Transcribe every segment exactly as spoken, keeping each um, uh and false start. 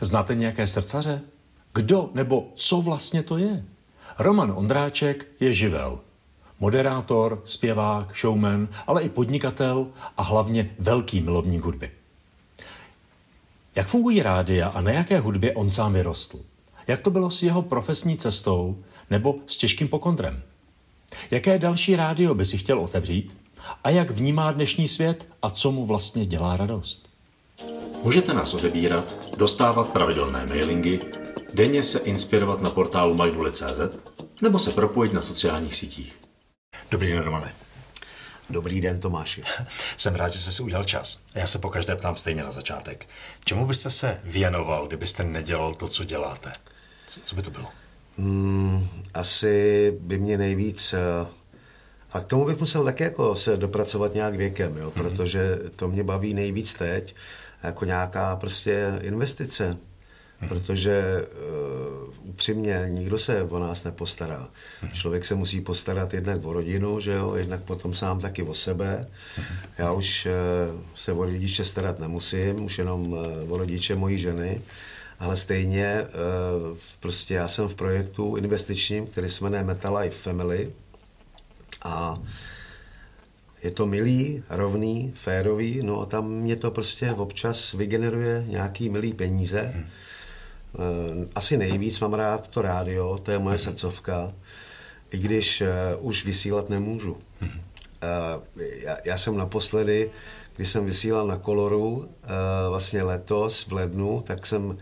Znáte nějaké srdcaře? Kdo nebo co vlastně to je? Roman Ondráček je živel. Moderátor, zpěvák, showman, ale i podnikatel a hlavně velký milovník hudby. Jak fungují rádia a na jaké hudbě on sám vyrostl? Jak to bylo s jeho profesní cestou nebo s těžkým pokontrem? Jaké další rádio by si chtěl otevřít? A jak vnímá dnešní svět a co mu vlastně dělá radost? Můžete nás odebírat, dostávat pravidelné mailingy, denně se inspirovat na portálu maj bullet tečka cé zet nebo se propojit na sociálních sítích. Dobrý den, Romane. Dobrý den, Tomáši. Jsem rád, že jste si udělal čas. Já se pokaždé ptám stejně na začátek. Čemu byste se věnoval, kdybyste nedělal to, co děláte? Co, co by to bylo? Hmm, asi by mě nejvíc... A k tomu bych musel taky jako se dopracovat nějak věkem, jo, mm-hmm. protože to mě baví nejvíc teď, jako nějaká prostě investice. Mm-hmm. Protože uh, upřímně nikdo se o nás nepostará. Mm-hmm. Člověk se musí postarat jednak o rodinu, že jo, jednak potom sám taky o sebe. Mm-hmm. Já už uh, se o rodiče starat nemusím, už jenom uh, o rodiče mojí ženy. Ale stejně uh, prostě já jsem v projektu investičním, který se jmenuje MetaLife Family. A je to milý, rovný, férový, no a tam mě to prostě občas vygeneruje nějaký milý peníze. Hmm. Asi nejvíc mám rád to rádio, to je moje srdcovka, i když uh, už vysílat nemůžu. Hmm. Uh, já, já jsem naposledy, když jsem vysílal na Koloru, uh, vlastně letos v lednu, tak jsem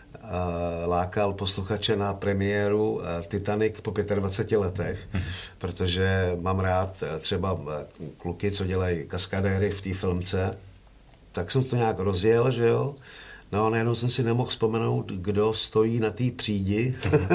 lákal posluchače na premiéru Titanic po dvaceti pěti letech, mm-hmm. protože mám rád třeba kluky, co dělají kaskadéry v té filmce, tak jsem to nějak rozjel, že jo. No a najednou jsem si nemohl vzpomenout, kdo stojí na té přídi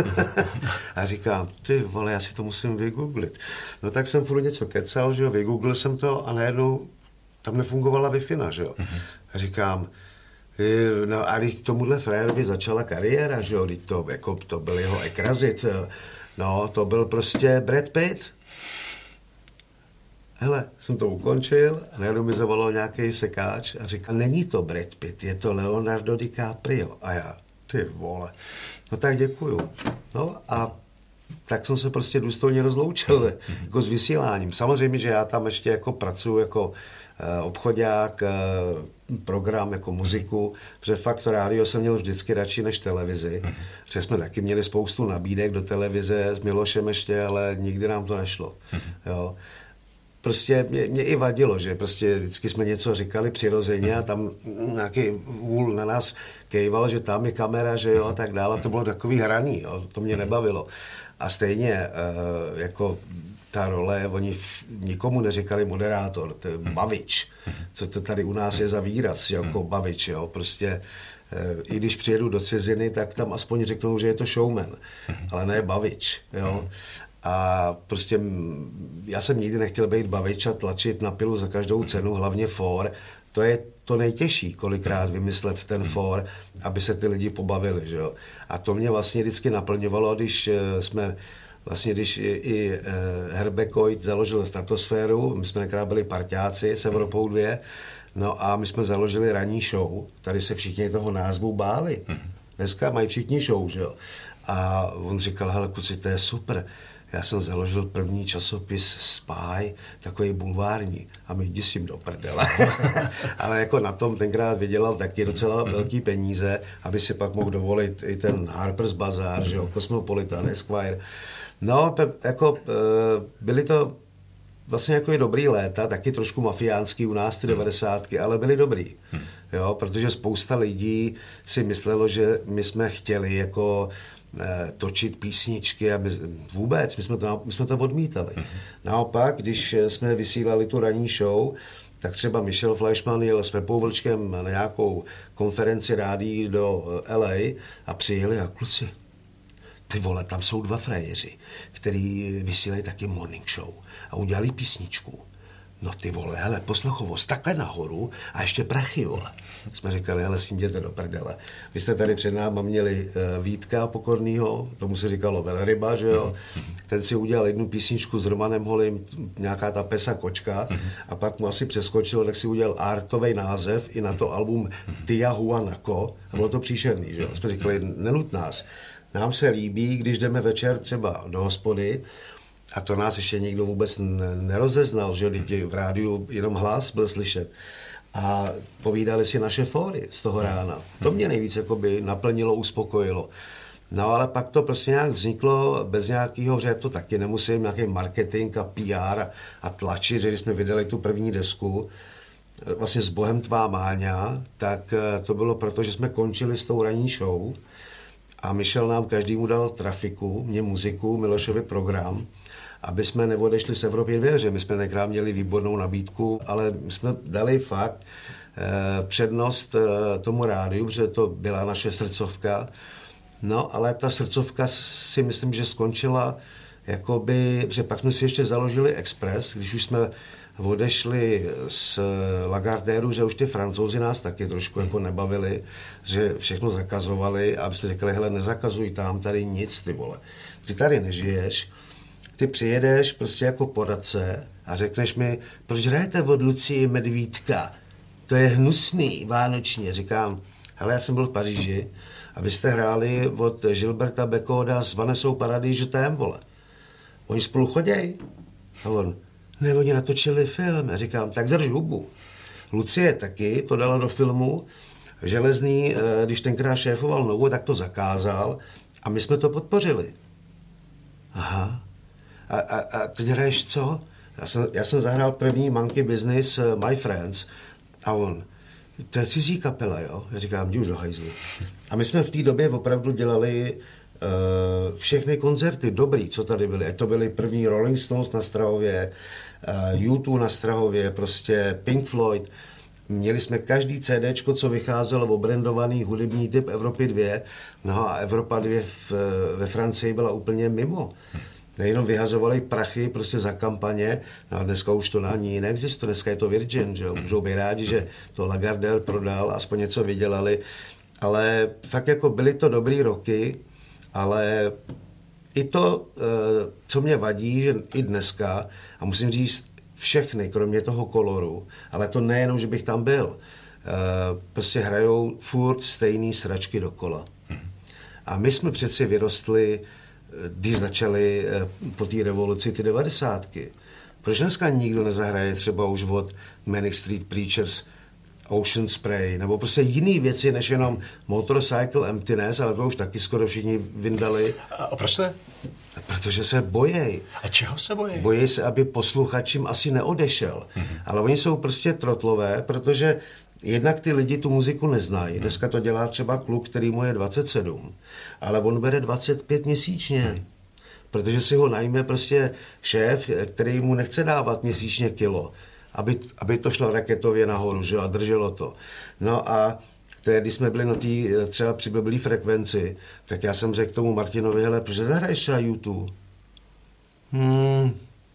a říkám, ty vole, já si to musím vygooglit. No tak jsem furt něco kecal, že jo, vygooglil jsem to a najednou tam nefungovala Wi-Fi, že jo. Mm-hmm. A říkám, no a když tomuhle frajerovi začala kariéra, že jo, to, jako, to byl jeho ekrazit, no, to byl prostě Brad Pitt. Hele, jsem to ukončil a najednou mi zavolal nějaký sekáč a říkal, není to Brad Pitt, je to Leonardo DiCaprio. A já, ty vole, no tak děkuju. No a tak jsem se prostě důstojně rozloučil jako s vysíláním. Samozřejmě, že já tam ještě jako pracuji jako obchodák, program, jako muziku, protože fakt to rádio jsem měl vždycky radši než televizi, protože jsme taky měli spoustu nabídek do televize s Milošem ještě, ale nikdy nám to nešlo. Jo. Prostě mě, mě i vadilo, že prostě vždycky jsme něco říkali přirozeně a tam nějaký vůl na nás kejval, že tam je kamera, že jo, a tak dále. To bylo takový hraný, jo, to mě nebavilo. A stejně jako ta role, oni nikomu neříkali moderátor, to je bavič. Co to tady u nás je za výraz, jako bavič, jo, prostě i když přijedu do ciziny, tak tam aspoň řeknou, že je to showman, ale ne bavič, jo. A prostě já jsem nikdy nechtěl být bavič a tlačit na pilu za každou cenu, hlavně for. To je to nejtěžší, kolikrát vymyslet ten for, aby se ty lidi pobavili, že jo. A to mě vlastně vždycky naplňovalo, když jsme Vlastně, když i Herbekoid založil Stratosféru, my jsme nekrát byli parťáci s Evropou dvě, no a my jsme založili ranní show, tady se všichni toho názvu báli. Dneska mají všichni show, že jo. A on říkal, hele kuci, to je super. Já jsem založil první časopis Spy, takový bulvární, a my jdi s tím do prdele. Ale jako na tom tenkrát vydělal taky docela velký peníze, aby si pak mohl dovolit i ten Harper's Bazaar, že jo, Cosmopolitan, Esquire. No, jako byly to vlastně jako i dobrý léta, taky trošku mafiánský u nás ty devadesátky, ale byly dobrý. Jo, protože spousta lidí si myslelo, že my jsme chtěli jako točit písničky a my, vůbec, my jsme, to, my jsme to odmítali. Naopak, když jsme vysílali tu ranní show, tak třeba Michel Fleischmann jel s Pepou Vlčkem na nějakou konferenci rádií do L A a přijeli a kluci, ty vole, tam jsou dva frajeři, který vysílají taky morning show a udělali písničku. No ty vole, hele, posluchovost takhle nahoru a ještě prachy, vole. Jsme říkali, hele, s tím jděte do prdele. Vy jste tady před náma měli uh, Vítka Pokornýho, tomu se říkalo Velryba, že jo. Ten si udělal jednu písničku s Romanem Holým, nějaká ta Pesa kočka, a pak mu asi přeskočil, tak si udělal artovej název i na to album Tia Huanaco, a bylo to příšerný, že jo. Jsme říkali, nenut nás. Nám se líbí, když jdeme večer třeba do hospody, a to nás ještě nikdo vůbec nerozeznal, že teď v rádiu jenom hlas byl slyšet. A povídali si naše fóry z toho rána. To mě nejvíc jakoby naplnilo, uspokojilo. No ale pak to prostě nějak vzniklo bez nějakého, že to taky nemusím, nějaký marketing a P R a tlačit, že když jsme vydali tu první desku, vlastně s Bohem tvá Máňa, tak to bylo proto, že jsme končili s tou ranní show a Michel nám každému dal trafiku, mě muziku, Milošovi program, aby jsme neodešli z Evropy dvě, my jsme tenkrát měli výbornou nabídku, ale my jsme dali fakt eh, přednost eh, tomu rádiu, protože to byla naše srdcovka. No, ale ta srdcovka si myslím, že skončila jakoby, že pak jsme si ještě založili Express, když už jsme odešli z Lagardéru, že už ty Francouzi nás taky trošku jako nebavili, že všechno zakazovali a my jsme řekli, hele, nezakazuj tam tady nic, ty vole. Ty tady nežiješ, ty přijedeš prostě jako poradce a řekneš mi, proč hrajete od Lucie Medvídka? To je hnusný, vánočně. Říkám, hele, já jsem byl v Paříži a vy jste hráli od Gilberta Beckoda s Vanessou Paradis, že tém, vole. Oni spolu choděj. A on, ne, oni natočili film. Já říkám, tak drž hubu. Lucie taky to dala do filmu. Železný, když tenkrát šéfoval Novo, tak to zakázal a my jsme to podpořili. Aha. A, a, a teď hraješ co? Já jsem, já jsem zahrál první Monkey Business uh, My Friends a on, to je cizí kapela, jo? Já říkám, jdi už do hajzlu. A my jsme v té době opravdu dělali uh, všechny koncerty dobrý, co tady byly. To byly první Rolling Stones na Strahově, uh, U dva na Strahově, prostě Pink Floyd. Měli jsme každý CDčko, co vycházelo, obrandovaný hudební typ Evropy dvě, no a Evropa dvě v, ve Francii byla úplně mimo. Nejenom vyhazovali prachy prostě za kampaně, no a dneska už to ani neexistuje, dneska je to Virgin, že jo, můžou být rádi, že to Lagardère prodal, aspoň něco vydělali, ale tak jako byly to dobrý roky, ale i to, co mě vadí, že i dneska, a musím říct všechny, kromě toho koloru, ale to nejenom, že bych tam byl, prostě hrajou furt stejný sračky dokola. A my jsme přeci vyrostli, když začaly po té revoluci ty devadesátky. Proč dneska nikdo nezahraje třeba už od Manic Street Preachers Ocean Spray, nebo prostě jiný věci, než jenom Motorcycle Emptiness, ale to už taky skoro všichni vyndali. A proč to? Protože se bojejí. A čeho se bojí? Bojí se, aby posluchačím asi neodešel. Mm-hmm. Ale oni jsou prostě trotlové, protože jednak ty lidi tu muziku neznají. Dneska to dělá třeba kluk, který mu je dvacet sedm, ale on bere dvacet pět měsíčně. Protože si ho najme prostě šéf, který mu nechce dávat měsíčně kilo, aby, aby to šlo raketově nahoru, že? A drželo to. No a teď, když jsme byli na té třeba přiblblý frekvenci, tak já jsem řekl tomu Martinovi, hele, proč zahraješ třeba U dva? Hmm...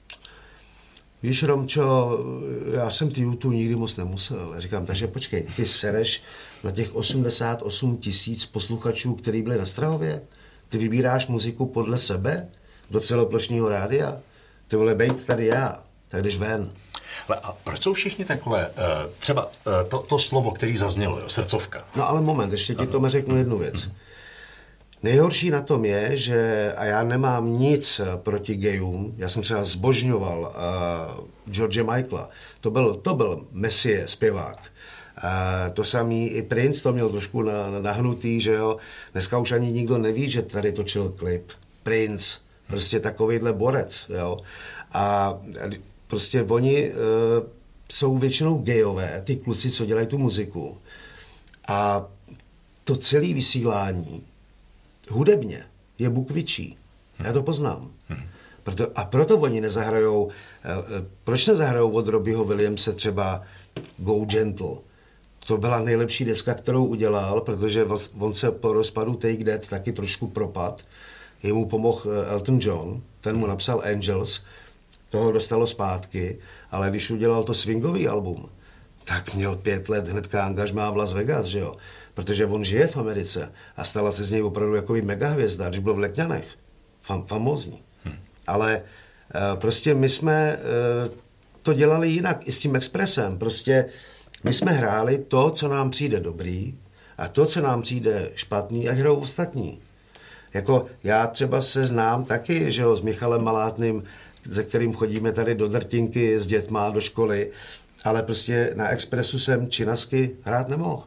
Víš, Romčo, já jsem ty U dva nikdy moc nemusel. Já říkám, takže počkej, ty sereš na těch osmdesát osm tisíc posluchačů, který byli na Strahově? Ty vybíráš muziku podle sebe? Do celoplošního rádia? Ty vole, bejt tady já, tak jdeš ven. Ale a proč jsou všichni takhle, třeba to, to slovo, který zaznělo, jo, srdcovka? No ale moment, ještě ti to řeknu jednu věc. Nejhorší na tom je, že, a já nemám nic proti gejům, já jsem třeba zbožňoval uh, George Michaela, to byl, to byl Messie, zpěvák. Uh, to samý i Prince to měl trošku na, na, nahnutý, že jo, dneska už ani nikdo neví, že tady točil klip. Prince, prostě takovejhle borec, jo. A prostě oni uh, jsou většinou gejové, ty kluci, co dělají tu muziku. A to celé vysílání hudebně je bukvičí. Já to poznám. Proto, a proto oni nezahrajou, proč nezahrajou od Robbieho Williamse třeba Go Gentle? To byla nejlepší deska, kterou udělal, protože on se po rozpadu Take That taky trošku propad. Jemu pomohl Elton John, ten mu napsal Angels. toho dostalo zpátky, ale když udělal to swingový album, tak měl pět let hnedka angažmá v Las Vegas, že jo? Protože on žije v Americe a stala se z něj opravdu jakoby megahvězda, když byl v Letňanech. Fam, famózní. Hmm. Ale uh, prostě my jsme uh, to dělali jinak i s tím Expressem. Prostě my jsme hráli to, co nám přijde dobrý a to, co nám přijde špatný, ať hrajou ostatní. Jako já třeba se znám taky, že jo, s Michalem Malátným, se kterým chodíme tady do Drtinky s dětma do školy, ale prostě na Expressu jsem činasky hrát nemohl.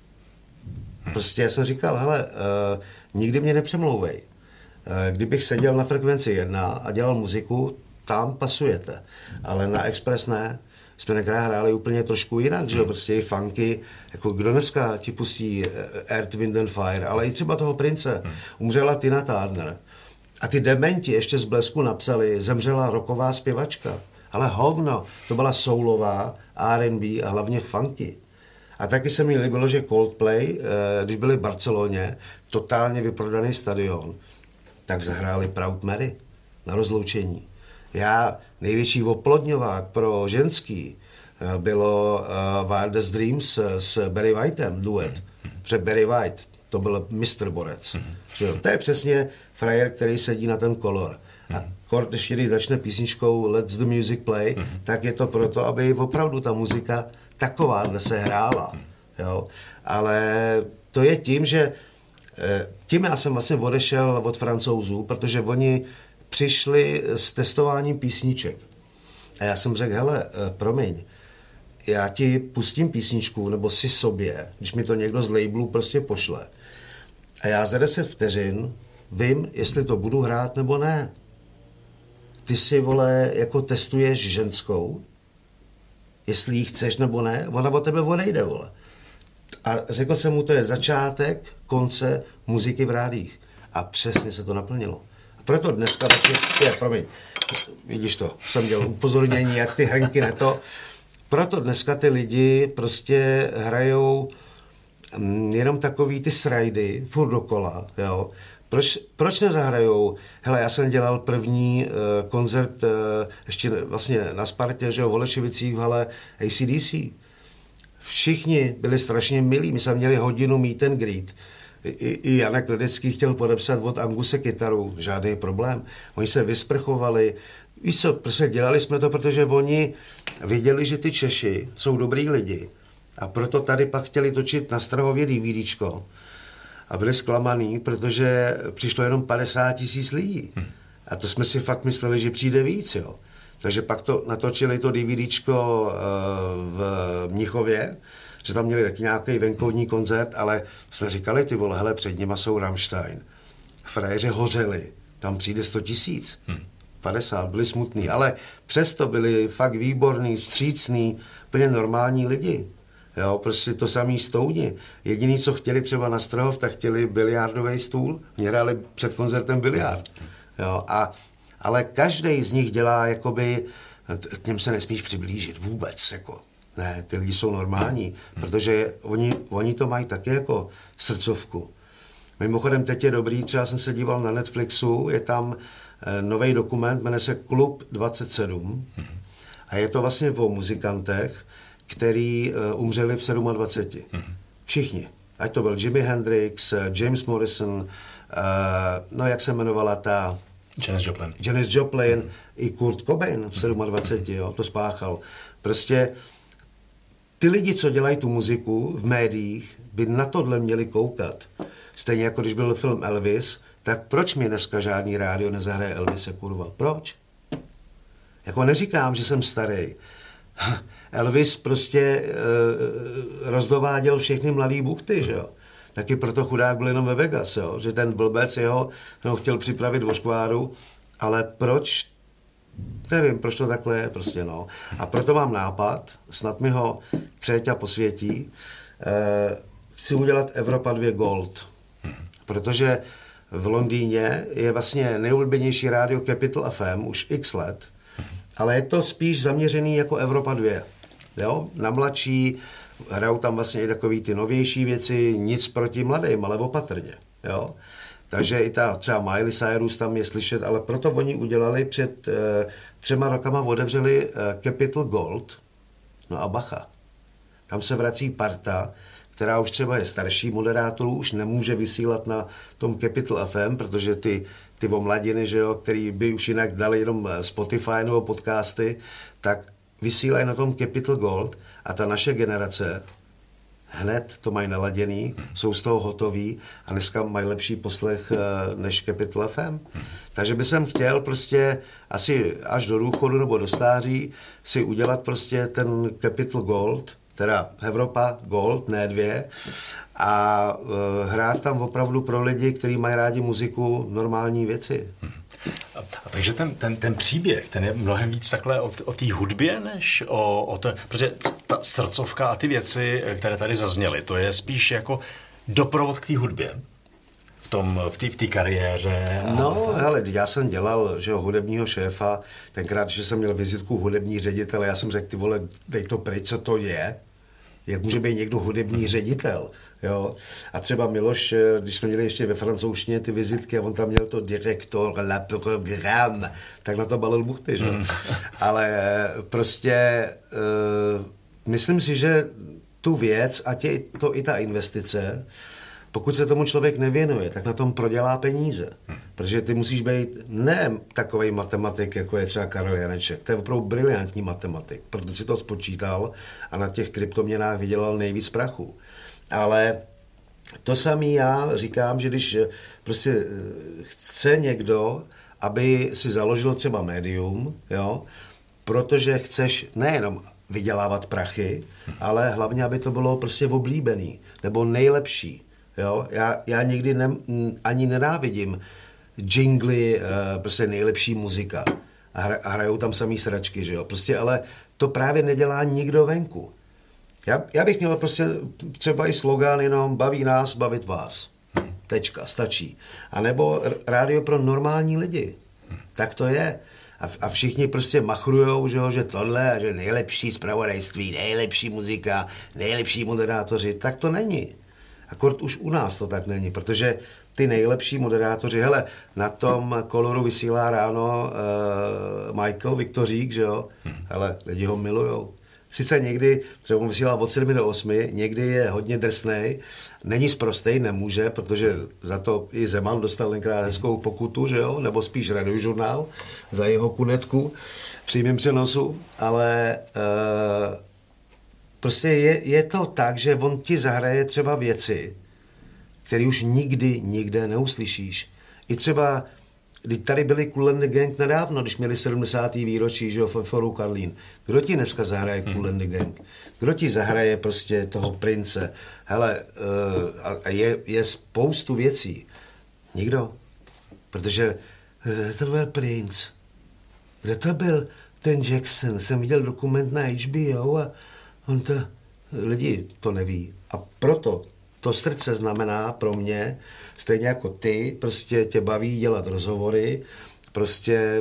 Prostě já jsem říkal, hele, uh, nikdy mě nepřemlouvej. Uh, kdybych seděl na frekvenci jedna a dělal muziku, tam pasujete. Ale na Express ne. Jsme nekrát hráli úplně trošku jinak, že jo, prostě i funky, jako kdo dneska ti pustí Earth, Wind and Fire, ale i třeba toho Prince. Umřela Tina Turner. A ty dementi ještě z Blesku napsali, zemřela rocková zpěvačka. Ale hovno, to byla soulová, R and B a hlavně funky. A taky se mi líbilo, že Coldplay, když byli v Barceloně, totálně vyprodaný stadion, tak zahráli Proud Mary na rozloučení. Já, největší oplodňovák pro ženský, bylo uh, Wildest Dreams s Barry Whitem, duet. Protože Barry White, to byl mistr borec. Mm-hmm. To je přesně frajer, který sedí na ten kolor. A kort, ještě když začne písničkou Let's the Music Play, mm-hmm. tak je to proto, aby opravdu ta muzika taková se hrála. Jo? Ale to je tím, že tím já jsem vlastně odešel od Francouzů, protože oni přišli s testováním písniček. A já jsem řekl, hele, promiň, já ti pustím písničku, nebo si sobě, když mi to někdo z labelu prostě pošle. A já za deset vteřin vím, jestli to budu hrát nebo ne. Ty si, vole, jako testuješ ženskou, jestli ji chceš nebo ne, ona od tebe odejde, vole. A řekl jsem mu, to je začátek konce muziky v rádích. A přesně se to naplnilo. A proto dneska vlastně, je, promiň, vidíš to, jsem dělal upozornění, jak ty hrnky na to. Proto dneska ty lidi prostě hrajou jenom takový ty srajdy, furt dokola, jo. Proč, proč nezahrajou? Hele, já jsem dělal první uh, koncert uh, ještě vlastně na Spartě, že jo, v Holešovicích v hale A C D C. Všichni byli strašně milí, my jsme měli hodinu meet and greet. I, i Janek Ledecký chtěl podepsat od Anguse kytaru, žádný problém. Oni se vysprchovali. Víš co, prostě dělali jsme to, protože oni viděli, že ty Češi jsou dobrý lidi. A proto tady pak chtěli točit na Strahově DVDčko. A byli zklamaný, protože přišlo jenom padesát tisíc lidí. A to jsme si fakt mysleli, že přijde víc, jo. Takže pak to natočili to DVDčko uh, v Mnichově, že tam měli taky nějaký venkovní koncert, ale jsme říkali, ty vole, hele, před nima jsou Rammstein. Frajeři hořeli, tam přijde sto tisíc. Hmm. padesát, byli smutní, ale přesto byli fakt výborní, vstřícní, úplně normální lidi. Jo, prostě to samý Stouni. Jediný, co chtěli třeba na Strahov, tak chtěli biliardový stůl. Oni hráli před koncertem biliard. Jo, a, ale každý z nich dělá, jakoby, k něm se nesmíš přiblížit vůbec. Jako. Ne, ty lidi jsou normální, protože oni, oni to mají taky jako srdcovku. Mimochodem, teď je dobrý, třeba jsem se díval na Netflixu, je tam eh, nový dokument, jmenuje se Klub dvacet sedm. A je to vlastně o muzikantech, který uh, umřeli v dvaceti sedmi. Mm-hmm. Všichni. Ať to byl Jimi Hendrix, James Morrison, uh, no jak se jmenovala ta... Janis Joplin. Janis Joplin, mm-hmm. i Kurt Cobain v dvaceti sedmi, jo, to spáchal. Prostě ty lidi, co dělají tu muziku v médiích, by na tohle měli koukat. Stejně jako když byl film Elvis, tak proč mi dneska žádný rádio nezahraje Elvise, kurva? Proč? Jako neříkám, že jsem starý. Elvis prostě e, rozdováděl všechny mladý buchty, že jo. Taky proto chudák byl jenom ve Vegas, jo. Že ten blbec jeho no, chtěl připravit voškváru, ale proč, nevím, proč to takhle je, prostě no. A proto mám nápad, snad mi ho Křeťa posvětí, e, chci udělat Evropa dva Gold, protože v Londýně je vlastně nejoblíbenější rádio Capital F M už x let, ale je to spíš zaměřený jako Evropa dva. Jo? Na mladší, hrajou tam vlastně i takový ty novější věci, nic proti mladým, ale opatrně. Jo? Takže i ta třeba Miley Cyrus tam je slyšet, ale proto oni udělali před e, třema rokama otevřeli e, Capital Gold, no a bacha. Tam se vrací parta, která už třeba je starší moderátorů, už nemůže vysílat na tom Capital F M, protože ty, ty omladiny, že jo, který by už jinak dali jenom Spotify nebo podcasty, tak vysílají na tom Capital Gold a ta naše generace hned to mají naladěný, jsou z toho hotoví a dneska mají lepší poslech než Capital F M. Takže by jsem chtěl prostě asi až do důchodu nebo do stáří si udělat prostě ten Capital Gold, teda Evropa Gold, ne dvě, a uh, hrát tam opravdu pro lidi, kteří mají rádi muziku, normální věci. Hmm. A, a takže ten, ten, ten příběh, ten je mnohem víc takhle o, o té hudbě, než o, o to, protože ta srdcovka a ty věci, které tady zazněly, to je spíš jako doprovod k té hudbě. V tom, v té v té kariéře. No, hele, já jsem dělal, že jo, hudebního šéfa, tenkrát, že jsem měl vizitku hudební ředitele, já jsem řekl, ty vole, dej to pryč, co to je? Jak může být někdo hudební ředitel, jo? A třeba Miloš, když jsme měli ještě ve francouzštině ty vizitky a on tam měl to direktor, la programme, tak na to balil buchty, že? Mm. Ale prostě uh, myslím si, že tu věc, ať je to i ta investice, pokud se tomu člověk nevěnuje, tak na tom prodělá peníze. Hmm. Protože ty musíš být ne takovej matematik, jako je třeba Karel Janeček. To je opravdu briliantní matematik, protože si to spočítal a na těch kryptoměnách vydělal nejvíc prachu. Ale to samý já říkám, že když prostě chce někdo, aby si založil třeba médium, jo, protože chceš nejenom vydělávat prachy, hmm. ale hlavně, aby to bylo prostě oblíbený, nebo nejlepší. Jo, já, já nikdy ne, ani nenávidím jingly, uh, prostě nejlepší muzika a, hra, a hrajou tam samý sračky, že jo, prostě, ale to právě nedělá nikdo venku. Já, já bych měl prostě třeba i slogán jenom baví nás, bavit vás. Tečka, stačí. A nebo rádio pro normální lidi. Tak to je. A, a všichni prostě machrujou, že, jo, že tohle, že nejlepší zpravodajství, nejlepší muzika, nejlepší moderátoři, tak to není. Akord už u nás to tak není, protože ty nejlepší moderátoři, hele, na tom Koloru vysílá ráno uh, Michael Viktorík, že jo, hmm. hele, lidi ho milujou. Sice někdy, třeba on vysílá od sedmi do osmi, někdy je hodně drsnej, není sprostej, nemůže, protože za to i Zeman dostal tenkrát hezkou pokutu, že jo, nebo spíš Radiožurnál za jeho kunetku v přímém přenosu, ale uh, prostě je, je to tak, že on ti zahraje třeba věci, které už nikdy, nikde neuslyšíš. I třeba, když tady byli Kool and the Gang nedávno, když měli sedmdesátý výročí, že jo, v Foru Karlín. Kdo ti dneska zahraje Kool and the Gang? Kdo ti zahraje prostě toho Prince? Hele, uh, a je, je spoustu věcí. Nikdo. Protože uh, to byl Prince. Kde to byl ten Jackson? Jsem viděl dokument na H B O a on to, lidi to neví. A proto to srdce znamená pro mě, stejně jako ty, prostě tě baví dělat rozhovory, prostě,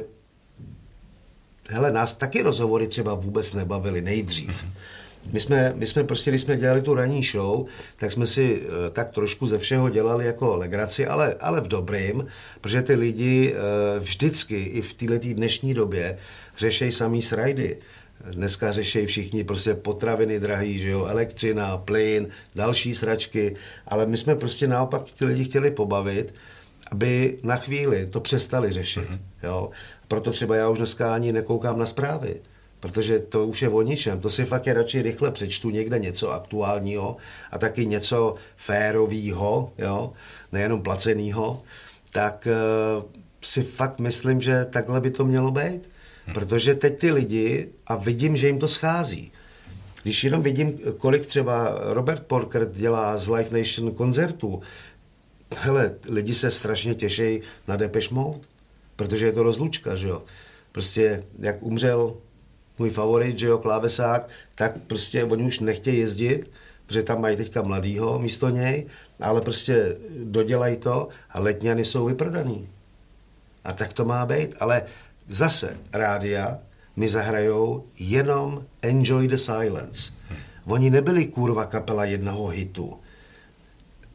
hele, nás taky rozhovory třeba vůbec nebavily nejdřív. My jsme, my jsme prostě, když jsme dělali tu ranní show, tak jsme si uh, tak trošku ze všeho dělali jako legraci, ale, ale v dobrým, protože ty lidi uh, vždycky i v této dnešní době řešejí samý srajdy. Dneska řešejí všichni prostě potraviny drahý, že jo, elektřina, plyn, další sračky, ale my jsme prostě naopak ty lidi chtěli pobavit, aby na chvíli to přestali řešit, mm-hmm. jo. Proto třeba já už dneska ani nekoukám na zprávy, protože to už je o ničem, to si fakt je radši rychle přečtu někde něco aktuálního a taky něco férovýho, jo, nejenom placenýho, tak uh, si fakt myslím, že takhle by to mělo být. Protože teď ty lidi, a vidím, že jim to schází. Když jenom vidím, kolik třeba Robert Porker dělá z Live Nation koncertů, hele, lidi se strašně těší na Depeche Mode, protože je to rozlučka, že jo. Prostě, jak umřel můj favorit, že jo, klávesák, tak prostě oni už nechtějí jezdit, protože tam mají teďka mladýho místo něj, ale prostě dodělají to a letňany jsou vyprodaný. A tak to má být, ale zase rádia mi zahrajou jenom Enjoy the Silence. Oni nebyli kurva kapela jednoho hitu.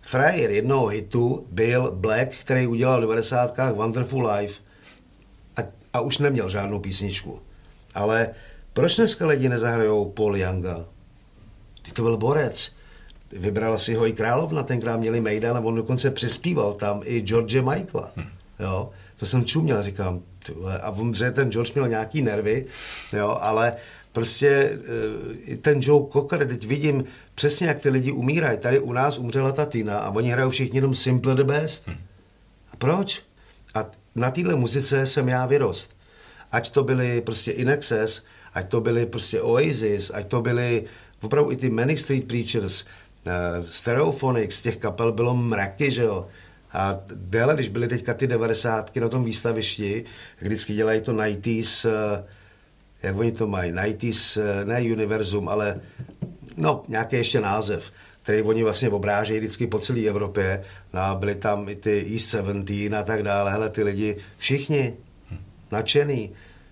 frajer jednoho hitu byl Black, který udělal v devadesátkách Wonderful Life a, a už neměl žádnou písničku. Ale proč dneska lidi nezahrajou Paul Younga? Ty to byl borec. Vybrala si ho i královna, tenkrát měli Mejdan a on dokonce přespíval tam i George Michaela. Jo? To jsem čuměl, říkám. Tyhle. A on, že ten George měl nějaký nervy, jo? Ale prostě ten Joe Cocker, teď vidím přesně, jak ty lidi umírají. Tady u nás umřela ta Tina a oni hrajou všichni jenom Simple the Best. A proč? A na téhle muzice jsem já vyrost. Ať to byly prostě In Excess, ať to byly prostě Oasis, ať to byly opravdu i ty Manic Street Preachers, uh, Stereophonics, z těch kapel bylo mraky, že jo. A déle, když byly teďka ty devadesátky na tom výstavišti, vždycky dělají to nineties, uh, jak oni to mají, nineties, uh, ne univerzum, ale no, nějaký ještě název, který oni vlastně obrážejí vždycky po celé Evropě. No a byly tam i ty East sedmnáct a tak dále. Hele, ty lidi, všichni nadšený,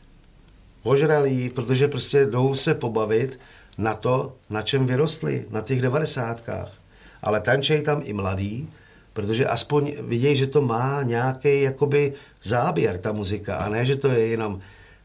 ožralí, protože prostě jdou se pobavit na to, na čem vyrostli, na těch devadesátkách. Ale tančejí tam i mladí, protože aspoň vidějí, že to má nějaký jakoby záběr, ta muzika, a ne, že to je jenom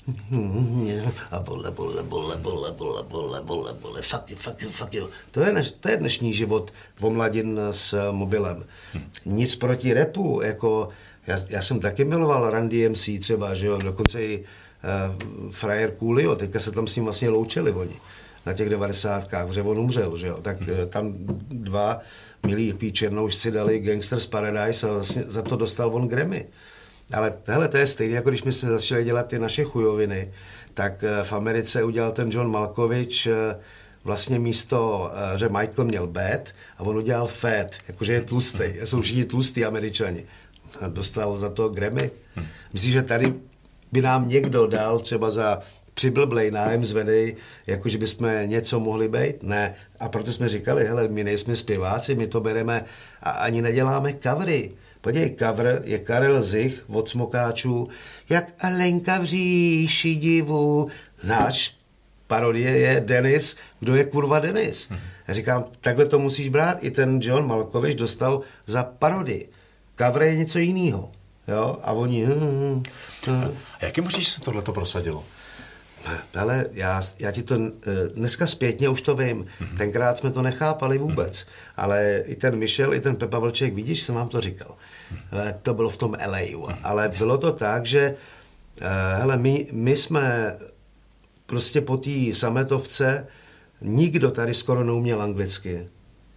a bole, bole, bole, bole, bole, bole, bole, bole, fuck you, fuck you, fuck you. To je, než, to je dnešní život o mladin s mobilem. Nic proti rapu, jako já, já jsem taky miloval Run D M C třeba, že jo, dokonce i uh, frajer Coolio, teďka se tam s ním vlastně loučili oni na těch devadesátkách, protože on umřel, že jo, tak uh, tam dva milí černoušci dali Gangsters Paradise a vlastně za to dostal on Grammy. Ale tohle to je stejné, jako když my jsme začali dělat ty naše chujoviny, tak v Americe udělal ten John Malkovich vlastně místo, že Michael měl bad a on udělal fat, jakože je tlustý, jsou všichni tlustý Američani. A dostal za to Grammy. Myslím, že tady by nám někdo dal třeba za přiblblej nájem zvedej, jakože bychom něco mohli být? Ne. A proto jsme říkali, hele, my nejsme zpěváci, my to bereme a ani neděláme covery. Podívej, cover je Karel Zich od Smokáčů, jak Alenka v říši divu. Náš parodie je Denis, kdo je kurva Denis. Já říkám, takhle to musíš brát. I ten John Malkovich dostal za parodii. Cover je něco jiného. Jo? A oni... A jak je možné, že se tohleto prosadilo? Ale já, já ti to... Dneska zpětně už to vím. Mm-hmm. Tenkrát jsme to nechápali vůbec. Mm-hmm. Ale i ten Michel, i ten Pepa Vlček, vidíš, jsem vám to říkal. Mm-hmm. To bylo v tom L A. Mm-hmm. Ale bylo to tak, že hele, my, my jsme prostě po té sametovce nikdo tady skoro neuměl anglicky.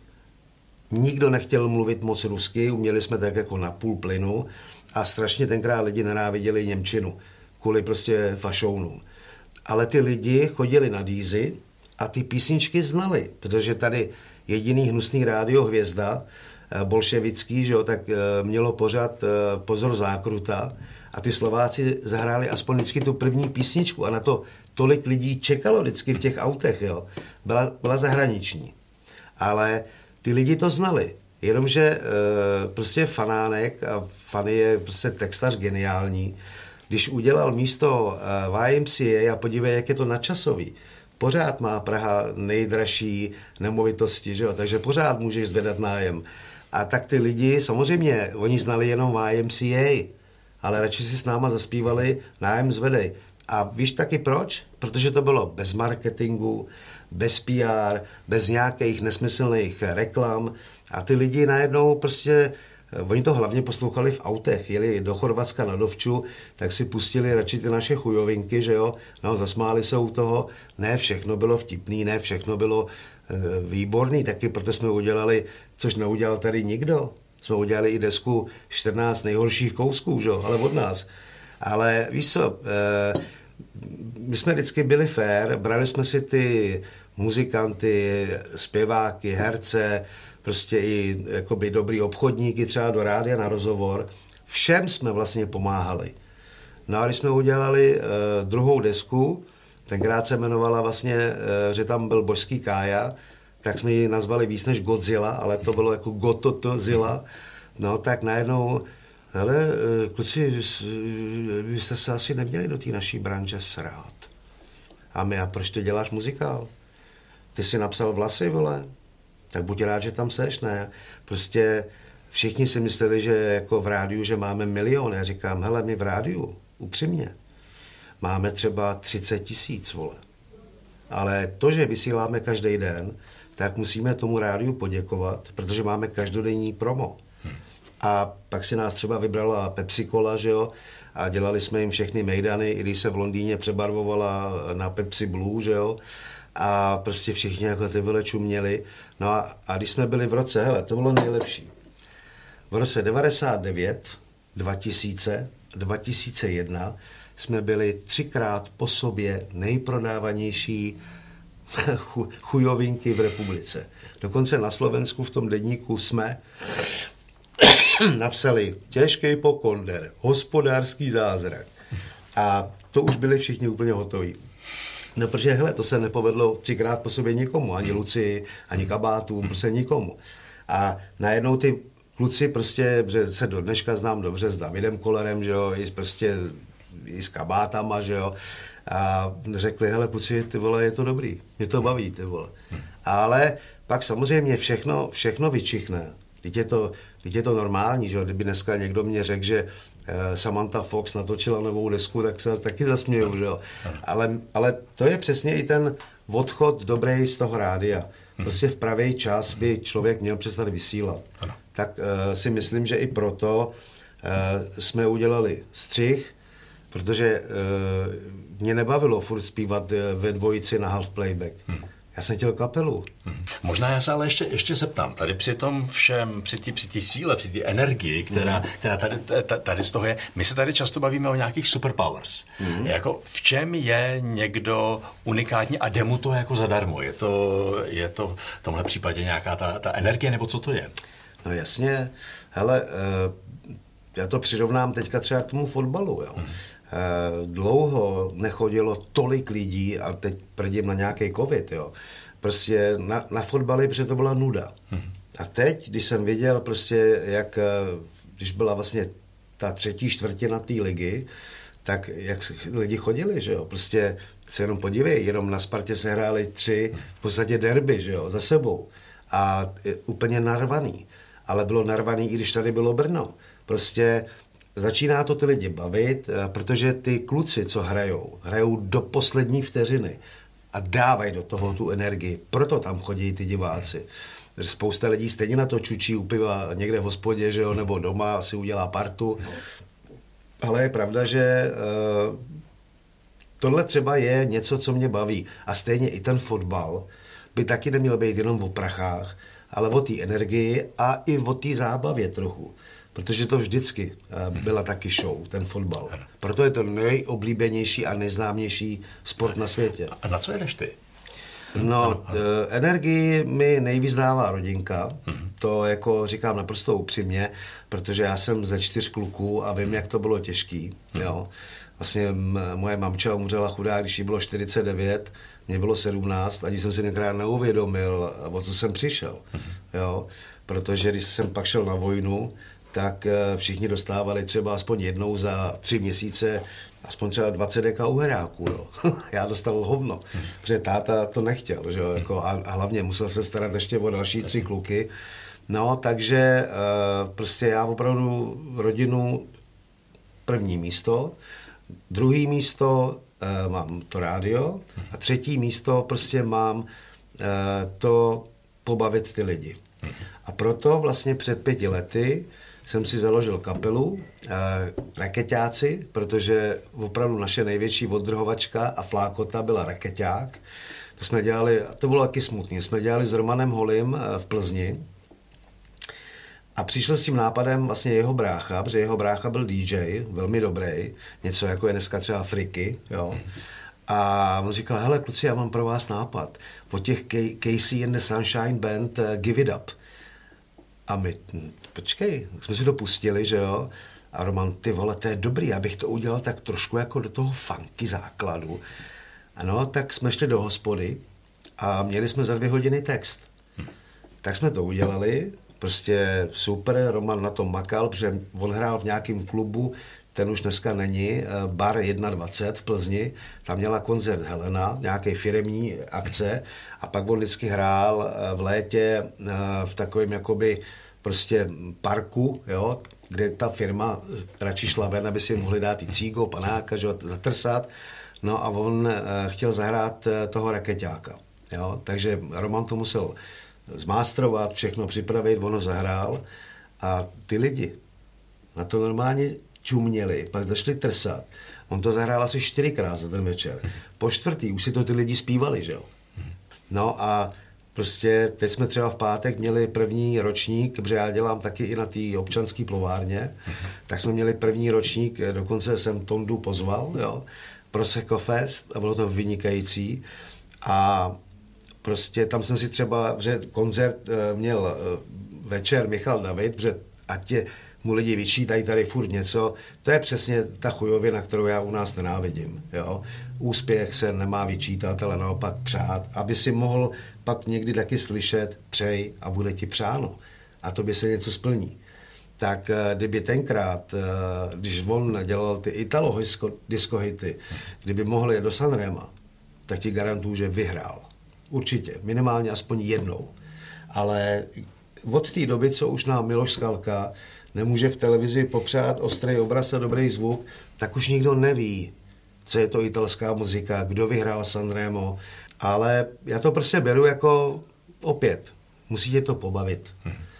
Nikdo nechtěl mluvit moc rusky, uměli jsme tak jako na půl plynu a strašně tenkrát lidi nenáviděli němčinu kvůli prostě fašounům. Ale ty lidi chodili na dízy a ty písničky znali, protože tady jediný hnusný rádio Hvězda, bolševický, že jo, tak mělo pořád Pozor zákruta a ty Slováci zahráli aspoň vždycky tu první písničku a na to tolik lidí čekalo vždycky v těch autech, jo. Byla, byla zahraniční. Ale ty lidi to znali, jenomže e, prostě Fanánek, a Fany je prostě textař geniální, když udělal místo Y M C A a podívej, jak je to nadčasový, pořád má Praha nejdražší nemovitosti, že jo? Takže pořád můžeš zvedat nájem. A tak ty lidi, samozřejmě, oni znali jenom Y M C A, ale radši si s náma zaspívali Nájem zvedej. A víš taky proč? Protože to bylo bez marketingu, bez P R, bez nějakých nesmyslných reklam a ty lidi najednou prostě, oni to hlavně poslouchali v autech, jeli do Chorvatska na dovču, tak si pustili radši ty naše chujovinky, že jo, no zasmáli se u toho, ne všechno bylo vtipný, ne všechno bylo e, výborný, taky proto jsme udělali, což neudělal tady nikdo, jsme udělali i desku čtrnáct nejhorších kousků, že jo, ale od nás. Ale víš co, e, my jsme vždycky byli fair, brali jsme si ty muzikanty, zpěváky, herce, prostě i jakoby dobrý obchodníky třeba do rádia na rozhovor. Všem jsme vlastně pomáhali. No a když jsme udělali uh, druhou desku, tenkrát se jmenovala vlastně, uh, že tam byl božský Kája, tak jsme ji nazvali víc než Godzilla, ale to bylo jako Gototzilla. No tak najednou, hele, kluci, vy jste se asi neměli do té naší branže srát. A my, a proč ty děláš muzikál? Ty jsi napsal Vlasy, vole? tak buď rád, že tam seš, ne. Prostě všichni si mysleli, že jako v rádiu, že máme miliony. Já říkám, hele, my v rádiu, upřímně, máme třeba třicet tisíc, vole. Ale to, že vysíláme každý den, tak musíme tomu rádiu poděkovat, protože máme každodenní promo. Hmm. A pak si nás třeba vybrala Pepsi Cola, že jo, a dělali jsme jim všechny mejdany, i když se v Londýně přebarvovala na Pepsi Blue, že jo, a prostě všichni jako ty vole čuměli. No a, a když jsme byli v roce, hele, to bylo nejlepší. V roce devadesát devět, dva tisíce, dva tisíce jedna jsme byli třikrát po sobě nejprodávanější chujovinky v republice. Dokonce na Slovensku v tom deníku jsme napsali těžký pokonder, hospodářský zázrak. A to už byli všichni úplně hotoví. No, protože, hele, to se nepovedlo třikrát po sobě nikomu, ani Lucii, ani kabátům, prostě nikomu. A najednou ty kluci prostě, se do dneška znám dobře s Davidem Kollerem, že jo, i prostě i s kabátama, že jo, a řekli, hele, kluci, ty vole, je to dobrý, mě to baví, ty vole. Ale pak samozřejmě všechno, všechno vyčichne. Teď je to, teď je to normální, že jo, kdyby dneska někdo mě řekl, že Samantha Fox natočila novou desku, tak se taky zasměju, že jo. Ale, ale to je přesně i ten odchod dobrý z toho rádia. Prostě v pravý čas by člověk měl přestat vysílat. Ano. Tak uh, si myslím, že i proto uh, jsme udělali střih, protože uh, mě nebavilo furt zpívat uh, ve dvojici na half playback. Hmm. Já jsem chtěl kapelu. Hmm. Možná já se ale ještě, ještě zeptám, tady při tom všem, při té při síle, při té energii, která, hmm. která tady, tady z toho je, my se tady často bavíme o nějakých superpowers. Hmm. Jako v čem je někdo unikátní a jde mu to jako zadarmo? Je to, je to v tomhle případě nějaká ta, ta energie, nebo co to je? No jasně, hele, já to přirovnám teďka třeba k tomu fotbalu, jo. Hmm. Dlouho nechodilo tolik lidí a teď prdím na nějaký covid, jo. Prostě na, na fotbaly, protože to byla nuda. Hmm. A teď, když jsem viděl prostě, jak, když byla vlastně ta třetí čtvrtina té ligy, tak jak lidi chodili, že jo. Prostě se jenom podívej, jenom na Spartě se hráli tři v podstatě derby, že jo, za sebou. A úplně narvaný. Ale bylo narvaný, i když tady bylo Brno. Prostě začíná to ty lidi bavit, protože ty kluci, co hrajou, hrajou do poslední vteřiny a dávají do toho tu energii. Proto tam chodí ty diváci. Spousta lidí stejně na to čučí u piva někde v hospodě, že jo, nebo doma si udělá partu. Ale je pravda, že uh, tohle třeba je něco, co mě baví. A stejně i ten fotbal by taky neměl být jenom o prachách, ale o té energii a i o té zábavě trochu. Protože to vždycky byla taky show, ten fotbal. Proto je to nejoblíbenější a nejznámější sport na světě. A na co jedeš ty? No, ano, ano. Energii mi nejvíc dává rodinka. Mhm. To jako říkám naprosto upřímně, protože já jsem ze čtyř kluků a vím, jak to bylo těžký. Mhm. Jo. Vlastně moje mamča umřela chudá, když jí bylo čtyřicet devět, mě bylo sedmnáct, ani jsem si tenkrát neuvědomil, o co jsem přišel. Mhm. Jo. Protože když jsem pak šel na vojnu, tak všichni dostávali třeba aspoň jednou za tři měsíce aspoň třeba dvacet deka uheráků, jo. Já dostal hovno, hmm. protože táta to nechtěl, že jo, jako, a, a hlavně musel se starat ještě o další tři kluky. No, takže uh, prostě já opravdu rodinu první místo, druhý místo uh, mám to rádio a třetí místo prostě mám uh, to pobavit ty lidi. Hmm. A proto vlastně před pěti lety jsem si založil kapelu eh, Rakeťáci, protože opravdu naše největší oddrhovačka a flákota byla Rakeťák. To jsme dělali, to bylo taky smutný, jsme dělali s Romanem Holym eh, v Plzni a přišel s tím nápadem vlastně jeho brácha, protože jeho brácha byl dý džej, velmi dobrý, něco jako je dneska třeba Friky, jo. A on říkal, hele kluci, já mám pro vás nápad, od těch Casey and the Sunshine Band uh, Give It Up. A my, počkej, jsme si to pustili, že jo? A Roman, ty vole, to je dobrý, já bych to udělal tak trošku jako do toho funky základu. Ano, tak jsme šli do hospody a měli jsme za dvě hodiny text. Hm. Tak jsme to udělali, prostě super, Roman na tom makal, protože on hrál v nějakém klubu, ten už dneska není, bar dvacet jedna v Plzni, tam měla koncert Helena, nějaké firemní akce a pak on vždycky hrál v létě v takovém jakoby prostě parku, jo, kde ta firma radši šla ven, aby si mohli dát i cígo, panáka, že, zatrsat. No a on chtěl zahrát toho rakeťáka. Jo, takže Roman to musel zmástrovat, všechno připravit, ono zahrál a ty lidi na to normálně čuměli, pak začali trsat. On to zahrál asi čtyřikrát za ten večer. Po čtvrtý už si to ty lidi zpívali, že jo. No a prostě teď jsme třeba v pátek měli první ročník, protože já dělám taky i na té občanské plovárně, tak jsme měli první ročník, dokonce jsem Tondu pozval, jo, Prosecco Fest a bylo to vynikající. A prostě tam jsem si třeba, že koncert měl večer Michal David, protože ať je, mu lidi vyčítají tady furt něco, to je přesně ta chujovina, kterou já u nás nenávidím. Jo? Úspěch se nemá vyčítat, ale naopak přát, aby si mohl pak někdy taky slyšet přej a bude ti přáno. A to by se něco splní. Tak kdyby tenkrát, když on dělal ty Italo disco hity, kdyby mohl jet do Sanrema, tak ti garantuju, že vyhrál. Určitě, minimálně aspoň jednou. Ale od té doby, co už nám Miloš Skalka nemůže v televizi popřát ostrý obraz a dobrý zvuk, tak už nikdo neví, co je to italská muzika, kdo vyhrál Sanremo, ale já to prostě beru jako opět, musí tě to pobavit.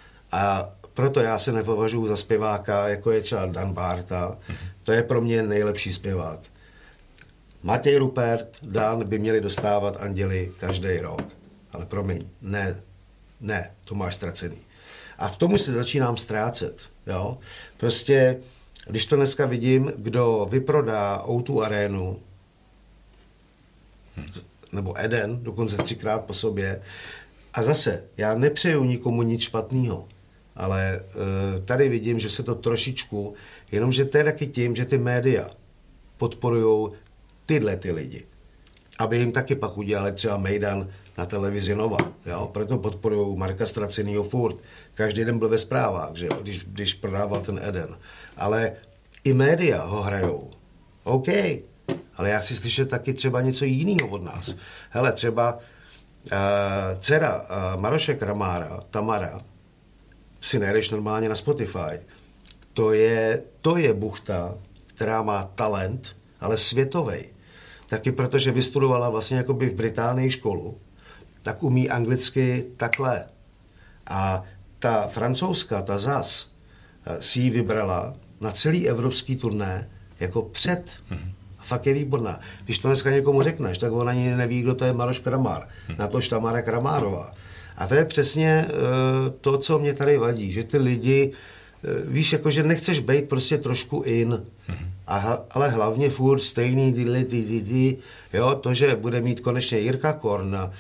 A proto já se nepovažuji za zpěváka, jako je třeba Dan Bárta, to je pro mě nejlepší zpěvák. Matěj Rupert, Dan by měli dostávat Anděli každý rok, ale promiň, ne, ne, to máš ztracený. A v tomu se začínám ztrácet. Jo? Prostě, když to dneska vidím, kdo vyprodá ó dva arénu, nebo Eden, dokonce třikrát po sobě, a zase, já nepřeju nikomu nic špatného, ale e, tady vidím, že se to trošičku, jenomže to je taky tím, že ty média podporují tyhle ty lidi, aby jim taky pak udělali třeba mejdan na televizi Nova. Jo? Proto podporují Marka Stracenýho furt. Každý den byl ve zprávách, že jo? Když, když prodával ten Eden. Ale i média ho hrajou. OK, ale já chci slyšet taky třeba něco jiného od nás. Hele, třeba uh, dcera uh, Maroše Kramára, Tamara, si najdeš normálně na Spotify. To je, to je buchta, která má talent, ale světovej. Taky protože vystudovala vlastně jakoby v Británii školu, tak umí anglicky takhle. A ta francouzská, ta zas, si ji vybrala na celý evropský turné jako před. Mm-hmm. Fakt je výborná. Když to dneska někomu řekneš, tak on ani neví, kdo to je Maroš Kramár. Mm-hmm. Na to Tamara Kramárová. A to je přesně uh, to, co mě tady vadí, že ty lidi, uh, víš, jako, že nechceš být prostě trošku in, mm-hmm. a, ale hlavně furt stejný ty, ty, ty, ty, jo, to, že bude mít konečně Jirka Korn uh,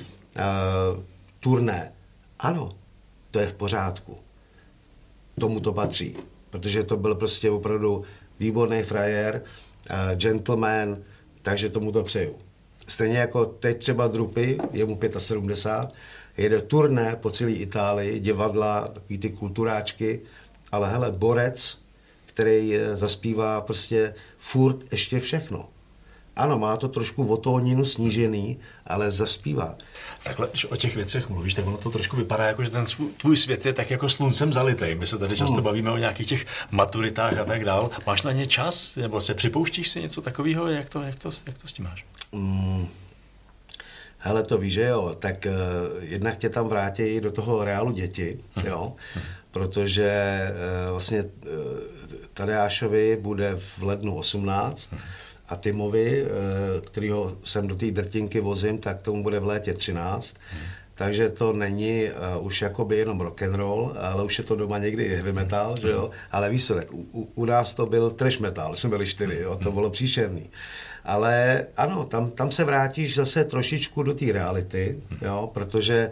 turné. Ano, to je v pořádku. Tomu to patří, protože to byl prostě opravdu výborný frajer, uh, gentleman, takže tomu to přeju. Stejně jako teď třeba Drupy, je mu sedmdesát pět, jede turné po celé Itálii, divadla, takový ty kulturáčky, ale hele, borec, který zaspívá prostě furt ještě všechno. Ano, má to trošku o tóninu snížený, ale zaspívá. Takhle, když o těch věcech mluvíš, tak ono to trošku vypadá jako, že ten tvůj svět je tak jako sluncem zalitej. My se tady často hmm. bavíme o nějakých těch maturitách a tak dál. Máš na ně čas? Nebo se připouštíš si něco takového? Jak to, jak to, jak to s tím máš? Hmm. Hele, to víš, že jo, tak uh, jednak tě tam vrátí do toho reálu děti, jo, protože uh, vlastně uh, Tadeášovi bude v lednu osmnáct a Timovi, uh, kterýho sem do té drtinky vozím, tak tomu bude v létě třináct, takže to není uh, už jakoby jenom rock'n'roll, ale už je to doma někdy i heavy metal, že jo, ale víš co, tak u, u nás to byl trash metal, jsme byli čtyři, jo, to bylo příšerný. Ale ano, tam, tam se vrátíš zase trošičku do té reality, jo, protože e,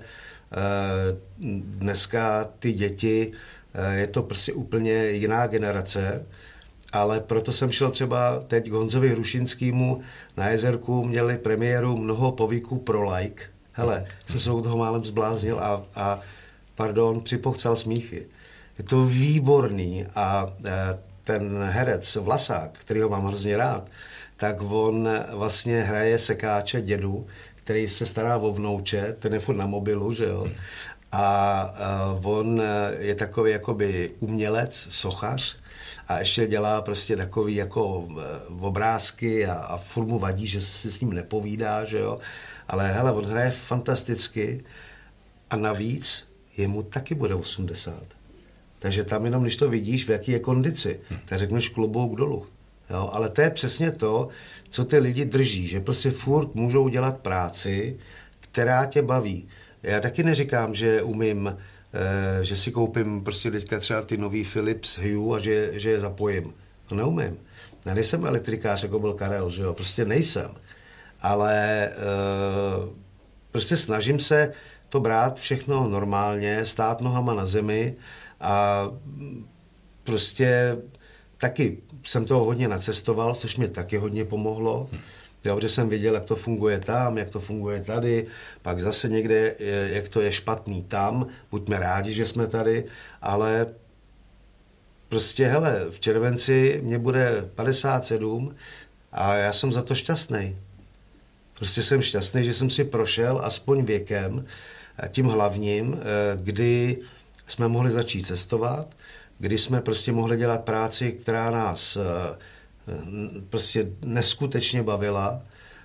dneska ty děti, e, je to prostě úplně jiná generace, ale proto jsem šel třeba teď k Honzovi Hrušinskému na Jezerku, měli premiéru Mnoho povyků pro like. Hele, se se toho málem zbláznil a, a pardon, připochcal smíchy. Je to výborný a e, ten herec Vlasák, který ho mám hrozně rád, tak on vlastně hraje sekáče dědu, který se stará o vnouče, ten je furt na mobilu, že jo. A on je takový jakoby umělec, sochař a ještě dělá prostě takový jako obrázky a, a furt mu vadí, že si s ním nepovídá, že jo. Ale hele, on hraje fantasticky a navíc jemu taky bude osmdesát. Takže tam jenom, když to vidíš, v jaký je kondici, tak řekneš klobouk dolů. Jo, ale to je přesně to, co ty lidi drží, že prostě furt můžou dělat práci, která tě baví. Já taky neříkám, že umím, eh, že si koupím prostě teďka třeba ty nový Philips Hue a že, že je zapojím. To neumím. Já nejsem elektrikář, jako byl Karel, že jo, prostě nejsem. Ale eh, prostě snažím se to brát všechno normálně, stát nohama na zemi a prostě taky jsem toho hodně nacestoval, což mě taky hodně pomohlo. Jo, že jsem viděl, jak to funguje tam, jak to funguje tady, pak zase někde, jak to je špatný tam. Buďme rádi, že jsme tady, ale prostě, hele, v červenci mě bude padesát sedm a já jsem za to šťastný. Prostě jsem šťastný, že jsem si prošel aspoň věkem, tím hlavním, kdy jsme mohli začít cestovat, kdy jsme prostě mohli dělat práci, která nás prostě neskutečně bavila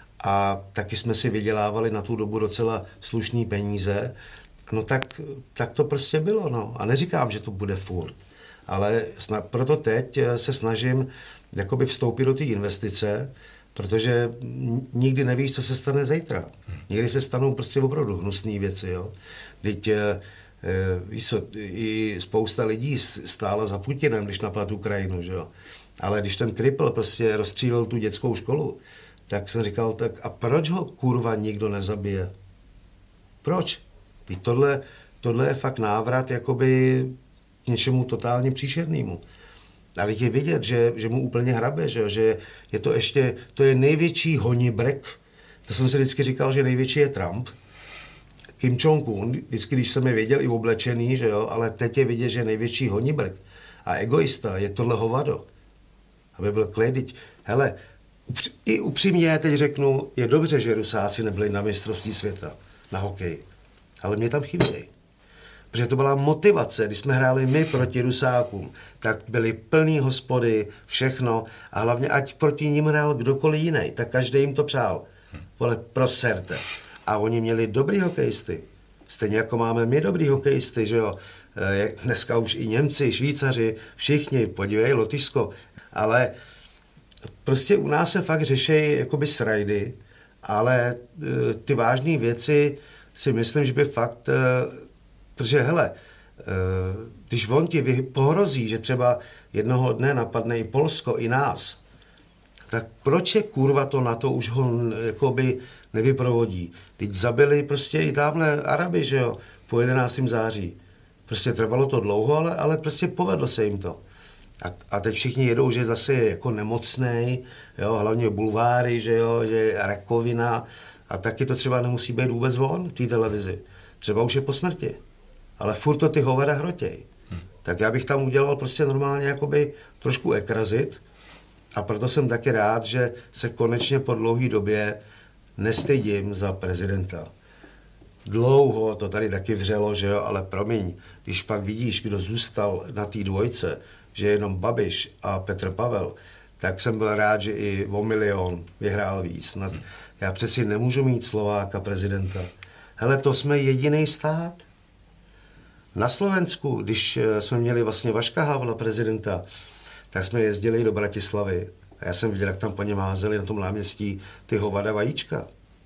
a taky jsme si vydělávali na tu dobu docela slušný peníze. No tak, tak to prostě bylo, no. A neříkám, že to bude furt, ale sna- proto teď se snažím jakoby vstoupit do té investice, protože nikdy nevíš, co se stane zítra. Někdy se stanou prostě opravdu hnusné věci, jo. Teď víš co, i spousta lidí stála za Putinem, když napadl Ukrajinu, že jo. Ale když ten Kripl prostě rozstřílel tu dětskou školu, tak jsem říkal, tak a proč ho kurva nikdo nezabije? Proč? Teď tohle, tohle je fakt návrat jakoby k něčemu totálně příšernému. Ale je vidět, že, že mu úplně hrabe, že, že je to ještě, to je největší honibrek. To jsem si vždycky říkal, že největší je Trump. Kim Jong-un, vždycky, když jsem je viděl i oblečený, že jo, ale teď je vidět, že největší honibrek a egoista je tohle hovado. Aby byl klid. Hele, upř- i upřímně teď řeknu, je dobře, že Rusáci nebyli na mistrovství světa, na hokej. Ale mě tam chybějí. Protože to byla motivace, když jsme hráli my proti Rusákům, tak byly plný hospody, všechno a hlavně ať proti ním hrál kdokoliv jiný, tak každý jim to přál. Vole, proserte. A oni měli dobrý hokejisty. Stejně jako máme my dobrý hokejisty, že jo. Dneska už i Němci, Švýcaři, všichni, podívej, Lotyšsko. Ale prostě u nás se fakt řeší jakoby srajdy, ale ty vážné věci si myslím, že by fakt, protože hele, když on ti pohrozí, že třeba jednoho dne napadne i Polsko, i nás, tak proč je kurva to na to už ho jakoby nevyprovodí? Teď zabili prostě i tamhle Araby, že jo, po jedenáctého září. Prostě trvalo to dlouho, ale, ale prostě povedlo se jim to. A, a teď všichni jedou, že zase je jako nemocnej, jo, hlavně bulváry, že jo, že je rakovina a taky to třeba nemusí být vůbec on v té televizi. Třeba už je po smrti. Ale furt to ty hovada hrotěj. Hmm. Tak já bych tam udělal prostě normálně jakoby trošku ekrazit a proto jsem taky rád, že se konečně po dlouhé době nestydím za prezidenta. Dlouho to tady taky vřelo, že jo, ale promiň, když pak vidíš, kdo zůstal na té dvojce, že jenom Babiš a Petr Pavel, tak jsem byl rád, že i o milion vyhrál víc. Já přeci nemůžu mít Slováka prezidenta. Hele, to jsme jediný stát. Na Slovensku, když jsme měli vlastně Vaška Havla prezidenta, tak jsme jezdili do Bratislavy. A já jsem viděl, jak tam po něm házeli na tom náměstí ty hovada vajíčka.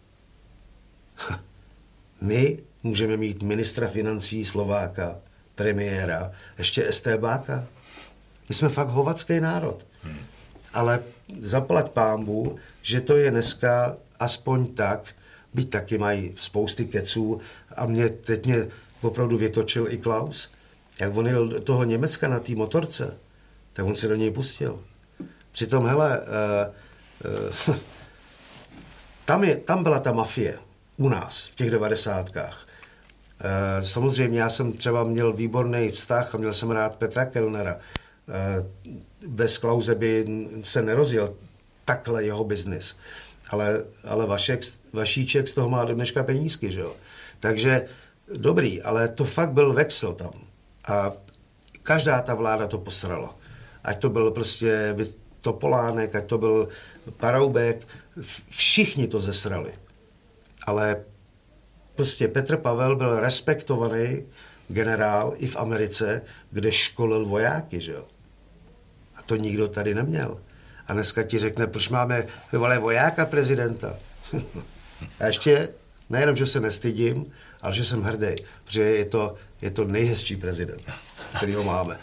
My můžeme mít ministra financí Slováka, premiéra, ještě STBáka. My jsme fakt hovadský národ. Hmm. Ale zaplať pánbu, že to je dneska aspoň tak, byť taky mají spousty keců a mě, teď mě opravdu vytočil i Klaus. Jak on jel do toho Německa na té motorce, tak on se do něj pustil. Přitom, hele, uh, uh, tam, je, tam byla ta mafie u nás v těch devadesátkách. Uh, samozřejmě já jsem třeba měl výborný vztah a měl jsem rád Petra Kellnera, Bez Klause by se nerozjel takhle jeho biznis. Ale, ale Vašek, Vašíček z toho má do dneška penízky, že jo. Takže dobrý, ale to fakt byl Vexel tam. A každá ta vláda to posrala. Ať to byl prostě Topolánek, ať to byl Paroubek, všichni to zesrali. Ale prostě Petr Pavel byl respektovaný generál i v Americe, kde školil vojáky, že jo. A to nikdo tady neměl. A dneska ti řekne, proč máme vole vojáka prezidenta. A ještě nejenom, že se nestydím, ale že jsem hrdý, protože je to, je to nejhezčí prezident, který ho máme.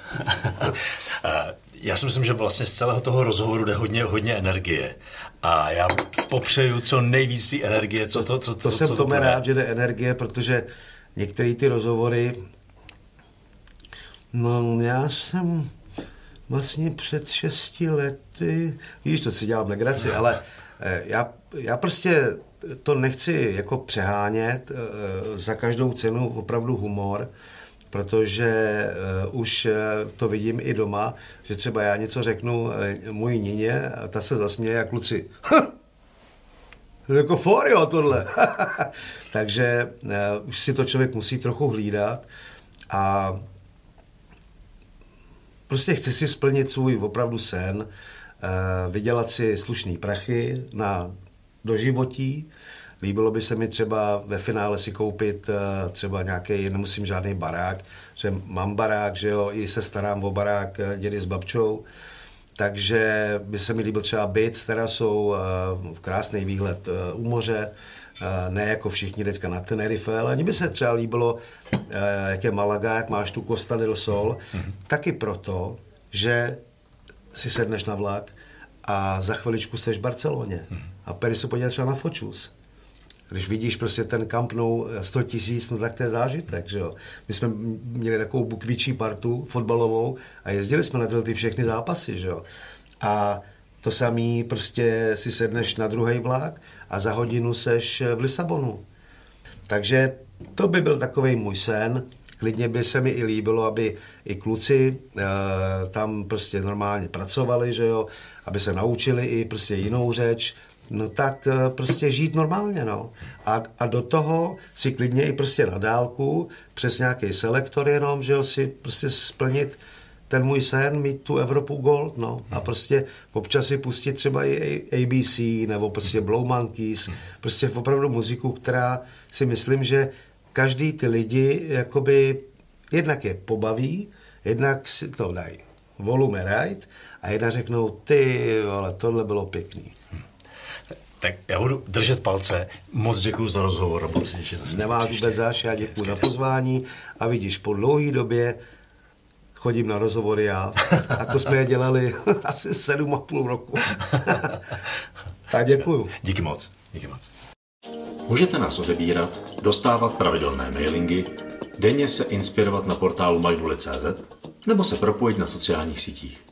Já si myslím, že vlastně z celého toho rozhovoru jde hodně, hodně energie. A já popřeju co nejvíc té energie. Co to, co, to co, jsem co tomu to rád, že jde energie, protože některé ty rozhovory, no já jsem vlastně před šesti lety, víš, to si dělám legraci, ale já, já prostě to nechci jako přehánět, za každou cenu opravdu humor, protože uh, už uh, to vidím i doma, že třeba já něco řeknu uh, mojí nině a ta se zasměje a kluci. Jako forio tohle. Takže uh, už si to člověk musí trochu hlídat a prostě chci si splnit svůj opravdu sen, uh, vydělat si slušný prachy na doživotí. Líbilo by se mi třeba ve finále si koupit uh, třeba nějaký, nemusím žádný barák, že mám barák, že jo, i se starám o barák uh, dědy s babčou, takže by se mi líbil třeba byt s terasou, uh, krásný výhled uh, u moře, uh, ne jako všichni teďka na Tenerife, ale mně by se třeba líbilo, uh, jak je Malaga, jak máš tu Costa del Sol, mm-hmm. taky proto, že si sedneš na vlak a za chviličku seš v Barceloně mm-hmm. a půjdeš se podívat třeba na Fočus. Když vidíš prostě ten Camp Nou sto tisíc, no tak to je zážitek, že jo. My jsme měli takovou bukvičí partu fotbalovou a jezdili jsme na tyhle ty všechny zápasy, že jo. A to samý prostě si sedneš na druhý vlak a za hodinu seš v Lisabonu. Takže to by byl takovej můj sen. Klidně by se mi i líbilo, aby i kluci e, tam prostě normálně pracovali, že jo, aby se naučili i prostě jinou řeč, no tak prostě žít normálně, no. A, a do toho si klidně i prostě na dálku přes nějaký selektor jenom, že jo, si prostě splnit ten můj sen, mít tu Evropu Gold, no. A prostě občas si pustit třeba i A B C nebo prostě Blow Monkeys, prostě opravdu muziku, která si myslím, že každý ty lidi jakoby jednak je pobaví, jednak si to dají volume right a jedna řeknou, ty, ale tohle bylo pěkný. Tak já budu držet palce. Moc děkuju za rozhovor a budu si těšit zase. Nemáš vůbec zač, já děkuju za pozvání a vidíš, po dlouhé době chodím na rozhovory já a to jsme je dělali asi sedm a půl roku. Tak děkuju. Díky moc. Díky moc. Můžete nás odebírat, dostávat pravidelné mailingy, denně se inspirovat na portálu mydvuli tečka cé zet nebo se propojit na sociálních sítích.